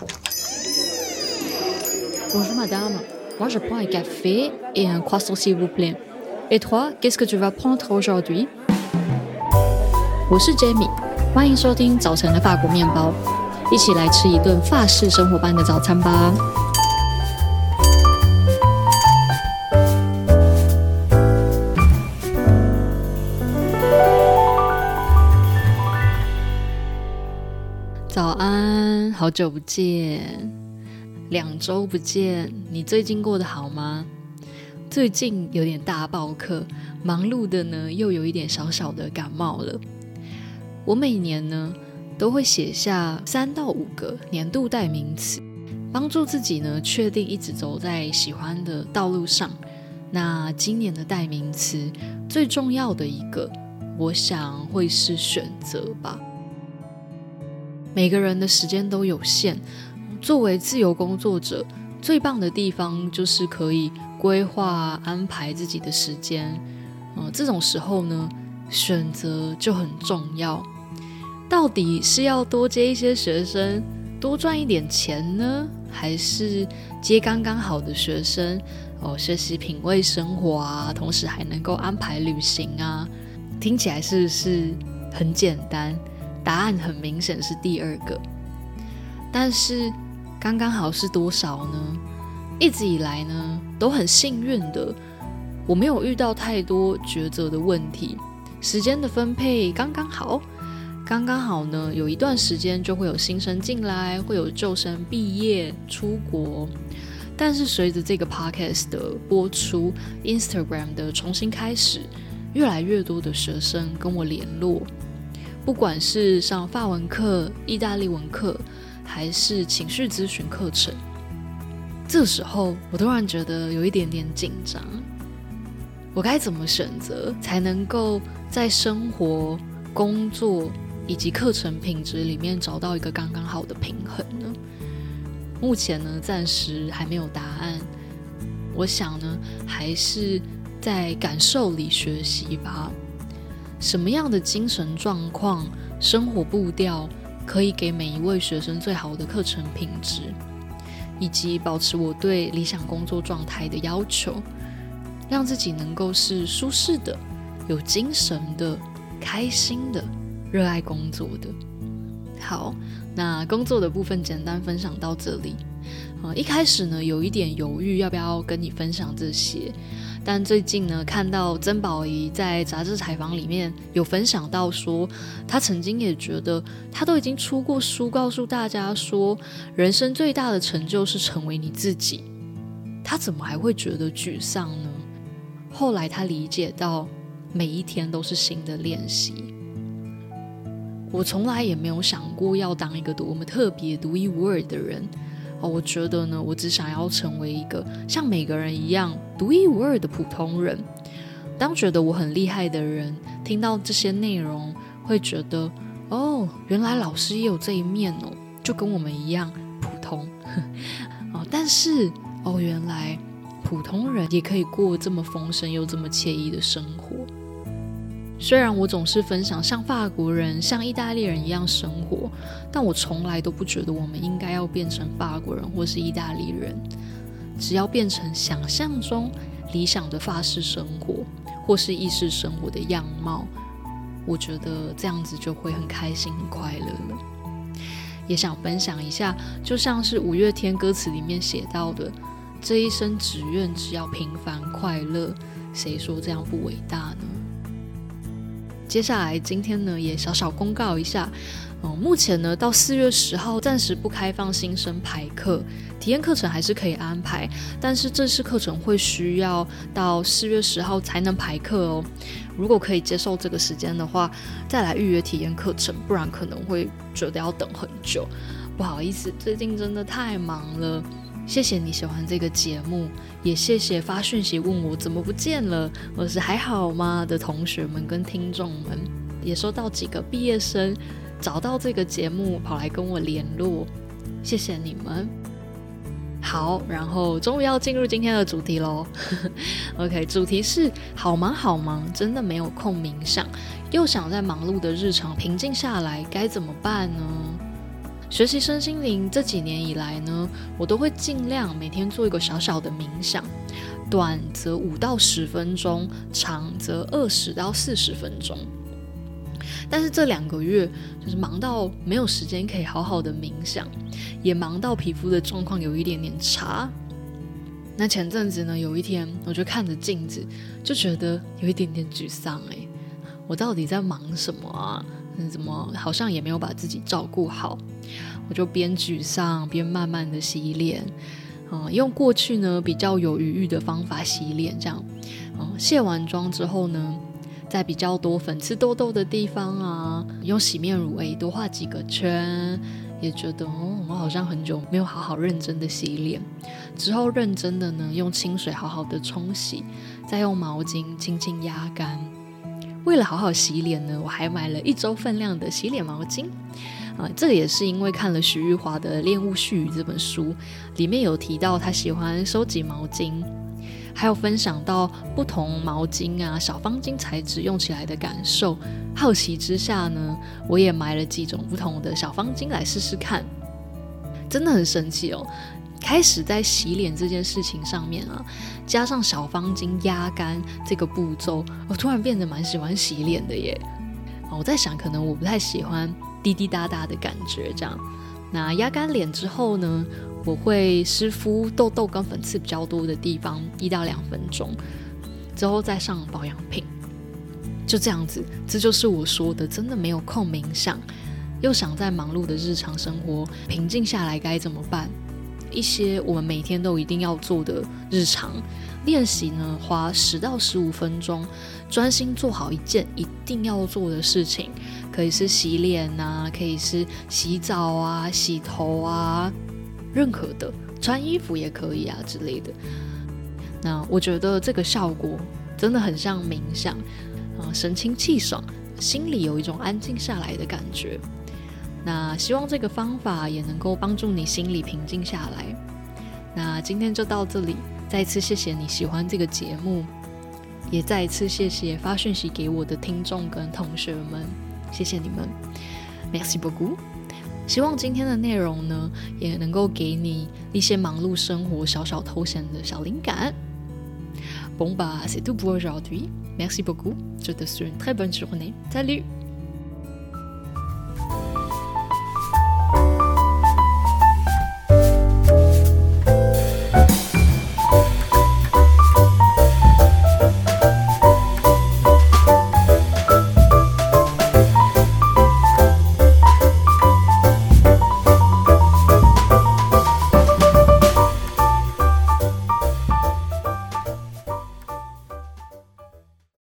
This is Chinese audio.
Bonjour madame, moi je prends un café et un croissant s'il vous plaît. Et toi, qu'est-ce que tu vas prendre aujourd'hui? 我是 Jamie， 欢迎收听早晨的法国面包，一起来吃一顿法式生活般的早餐吧。早安，好久不见，2周不见，你最近过得好吗？最近有点大爆课，忙碌的呢又有一点小小的感冒了。我每年呢都会写下3到5个年度代名词，帮助自己呢确定一直走在喜欢的道路上。那今年的代名词最重要的一个，我想会是选择吧。每个人的时间都有限，作为自由工作者，最棒的地方就是可以规划安排自己的时间。这种时候呢，选择就很重要。到底是要多接一些学生，多赚一点钱呢，还是接刚刚好的学生，学习品味生活啊，同时还能够安排旅行啊？听起来是不是很简单？答案很明显是第2个。但是刚刚好是多少呢？一直以来呢都很幸运的，我没有遇到太多抉择的问题，时间的分配刚刚好。刚刚好呢，有一段时间就会有新生进来，会有旧生毕业出国。但是随着这个 podcast 的播出， Instagram 的重新开始，越来越多的学生跟我联络，不管是上法文课、意大利文课，还是情绪咨询课程。这时候我突然觉得有一点点紧张，我该怎么选择才能够在生活、工作以及课程品质里面找到一个刚刚好的平衡呢？目前呢暂时还没有答案，我想呢还是在感受里学习吧。什么样的精神状况、生活步调可以给每一位学生最好的课程品质，以及保持我对理想工作状态的要求，让自己能够是舒适的、有精神的、开心的、热爱工作的。好，那工作的部分简单分享到这里。一开始呢有一点犹豫要不要跟你分享这些，但最近呢看到曾宝仪在杂志采访里面有分享到说，他曾经也觉得他都已经出过书告诉大家说，人生最大的成就是成为你自己，他怎么还会觉得沮丧呢？后来他理解到每一天都是新的练习。我从来也没有想过要当一个多么特别独一无二的人，我觉得呢我只想要成为一个像每个人一样独一无二的普通人。当觉得我很厉害的人听到这些内容，会觉得原来老师也有这一面就跟我们一样普通但是原来普通人也可以过这么丰盛又这么惬意的生活。虽然我总是分享像法国人、像意大利人一样生活，但我从来都不觉得我们应该要变成法国人或是意大利人，只要变成想象中理想的法式生活或是意式生活的样貌，我觉得这样子就会很开心很快乐了。也想分享一下，就像是5月天歌词里面写到的，这一生只愿只要平凡快乐，谁说这样不伟大呢？接下来今天呢也小小公告一下，目前呢到4月10号暂时不开放新生排课，体验课程还是可以安排，但是正式课程会需要到4月10号才能排课哦。如果可以接受这个时间的话，再来预约体验课程，不然可能会觉得要等很久。不好意思，最近真的太忙了。谢谢你喜欢这个节目，也谢谢发讯息问我怎么不见了，或是还好吗的同学们跟听众们，也收到几个毕业生找到这个节目跑来跟我联络，谢谢你们。好，然后终于要进入今天的主题咯OK， 主题是好忙好忙，真的没有空冥想，又想在忙碌的日常平静下来，该怎么办呢？ 学习身心灵这几年以来呢，我都会尽量每天做一个小小的冥想，短则5到10分钟，长则20到40分钟。但是这2个月就是忙到没有时间可以好好的冥想，也忙到皮肤的状况有一点点差。那前阵子呢，有一天我就看着镜子，就觉得有一点点沮丧。我到底在忙什么啊？怎么好像也没有把自己照顾好？我就边沮丧边慢慢的洗脸，用过去呢比较有余裕的方法洗脸，这样，卸完妆之后呢，在比较多粉刺痘痘的地方啊，用洗面乳多画几个圈，也觉得我好像很久没有好好认真的洗脸。之后认真的呢，用清水好好的冲洗，再用毛巾轻轻压干。为了好好洗脸呢，我还买了1周分量的洗脸毛巾。这也是因为看了徐玉华的《恋物絮语》这本书，里面有提到他喜欢收集毛巾，还有分享到不同毛巾啊、小方巾材质用起来的感受。好奇之下呢，我也买了几种不同的小方巾来试试看。真的很神奇哦！开始在洗脸这件事情上面啊，加上小方巾压干这个步骤，我突然变得蛮喜欢洗脸的耶。我在想，可能我不太喜欢滴滴答答的感觉，这样。那压干脸之后呢，我会湿敷痘痘跟粉刺比较多的地方1到2分钟，之后再上保养品。就这样子，这就是我说的，真的没有空冥想，又想在忙碌的日常生活平静下来该怎么办？一些我们每天都一定要做的日常练习呢，花10到15分钟，专心做好一件一定要做的事情，可以是洗脸啊，可以是洗澡啊、洗头啊，任何的，穿衣服也可以啊之类的。那我觉得这个效果真的很像冥想，神清气爽，心里有一种安静下来的感觉。那希望这个方法也能够帮助你心里平静下来。那今天就到这里，再一次谢谢你喜欢这个节目，也再一次谢谢发讯息给我的听众跟同学们，谢谢你们 Merci beaucoup。 希望今天的内容呢，也能够给你一些忙碌生活小小偷闲的小灵感。Bon bah c'est tout pour aujourd'hui. Merci beaucoup. Je te souhaite une très bonne journée. Salut!